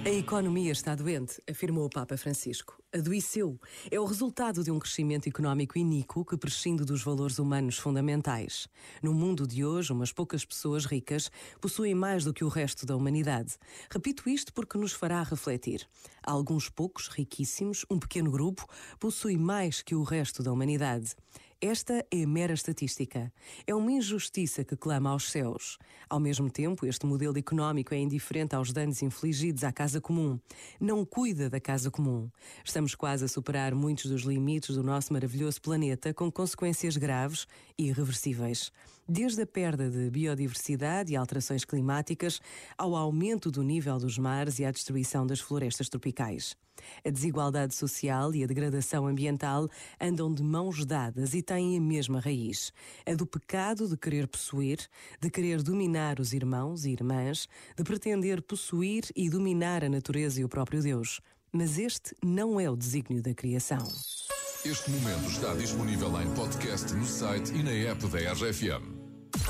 A economia está doente, afirmou o Papa Francisco. Adoeceu. É o resultado de um crescimento económico iníquo que prescinde dos valores humanos fundamentais. No mundo de hoje, umas poucas pessoas ricas possuem mais do que o resto da humanidade. Repito isto porque nos fará refletir. Alguns poucos, riquíssimos, um pequeno grupo, possui mais que o resto da humanidade. Esta é mera estatística. É uma injustiça que clama aos céus. Ao mesmo tempo, este modelo económico é indiferente aos danos infligidos à casa comum. Não cuida da casa comum. Estamos quase a superar muitos dos limites do nosso maravilhoso planeta, com consequências graves e irreversíveis. Desde a perda de biodiversidade e alterações climáticas, ao aumento do nível dos mares e à destruição das florestas tropicais. A desigualdade social e a degradação ambiental andam de mãos dadas e têm a mesma raiz. A do pecado de querer possuir, de querer dominar os irmãos e irmãs, de pretender possuir e dominar a natureza e o próprio Deus. Mas este não é o desígnio da criação. Este momento está disponível em podcast no site e na app da RFM.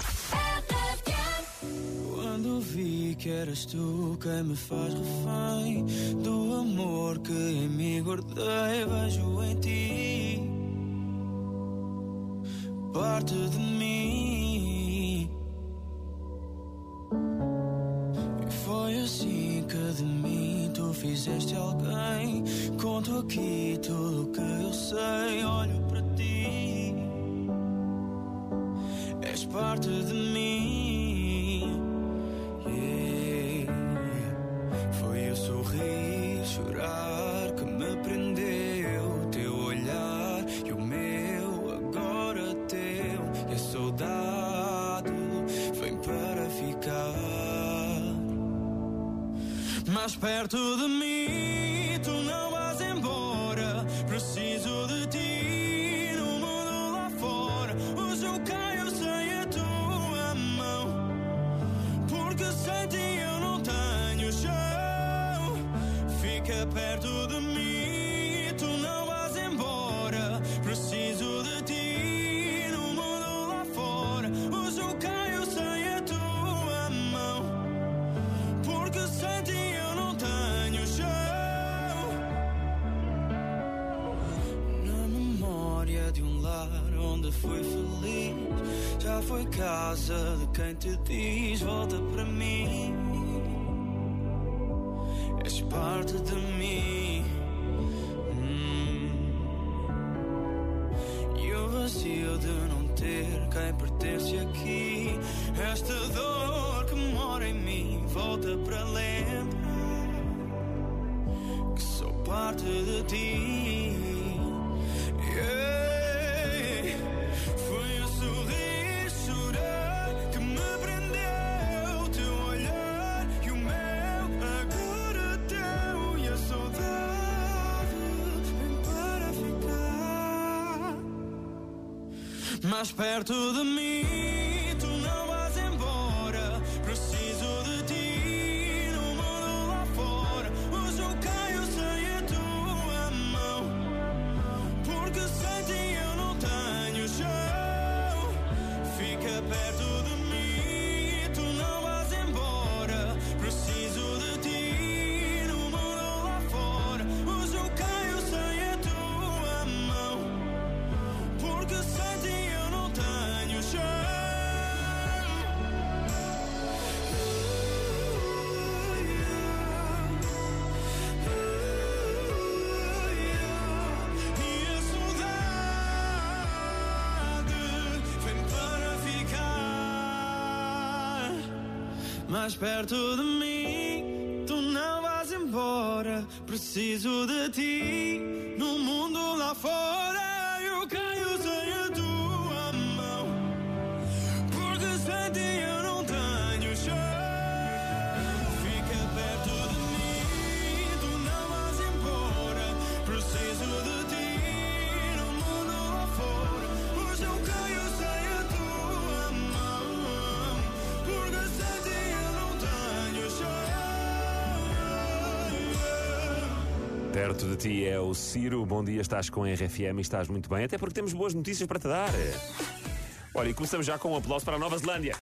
Quando vi que eras tu quem me faz refém do amor que em mim guardei, vejo em ti parte de mim. E foi assim que de mim tu fizeste alguém. Conto aqui tudo o que eu sei, olho para ti, és parte de mim. Foi o sorrir, chorar que me prendeu, teu olhar e o meu, agora teu. E a saudade vem para ficar mais perto de mim. Tu não vais embora, preciso de ti no mundo lá fora. Hoje eu caio sem a tua mão, porque sem ti eu não tenho chão. Fica perto de mim, tu não vais embora, preciso de ti no mundo lá fora. Hoje eu caio sem a tua mão, porque sem ti eu não tenho chão. Na memória de um lar onde fui feliz, já foi casa de quem te diz volta para mim. És parte de mim. E o vazio de não ter quem pertence aqui, esta dor que mora em mim, volta para lembrar que sou parte de ti. Yeah. Foi o sorrir, chorar que me prendeu, teu olhar e o meu, agora teu. E a saudade vem para ficar mais perto de mim. Tu não vais embora, preciso de ti no mundo lá fora. Hoje eu caio sem a tua mão, porque sem ti eu não tenho chão. Fica perto de mim, tu não vais embora, preciso de ti no mundo lá fora. Hoje eu caio sem a tua mão, porque sem ti eu não tenho chão. E a saudade vem para ficar mais perto de mim. Tu não vais embora, preciso de ti no mundo lá fora. Eu caio sem a tua mão, porque sem ti eu não tenho chão. Fica perto de mim, tu não vais embora, preciso de ti no mundo lá fora. Hoje eu caio sem a tua mão, porque sem ti eu não tenho chão. Perto de ti é o Ciro. Bom dia, estás com a RFM e estás muito bem, até porque temos boas notícias para te dar. Olha, e começamos já com um aplauso para a Nova Zelândia.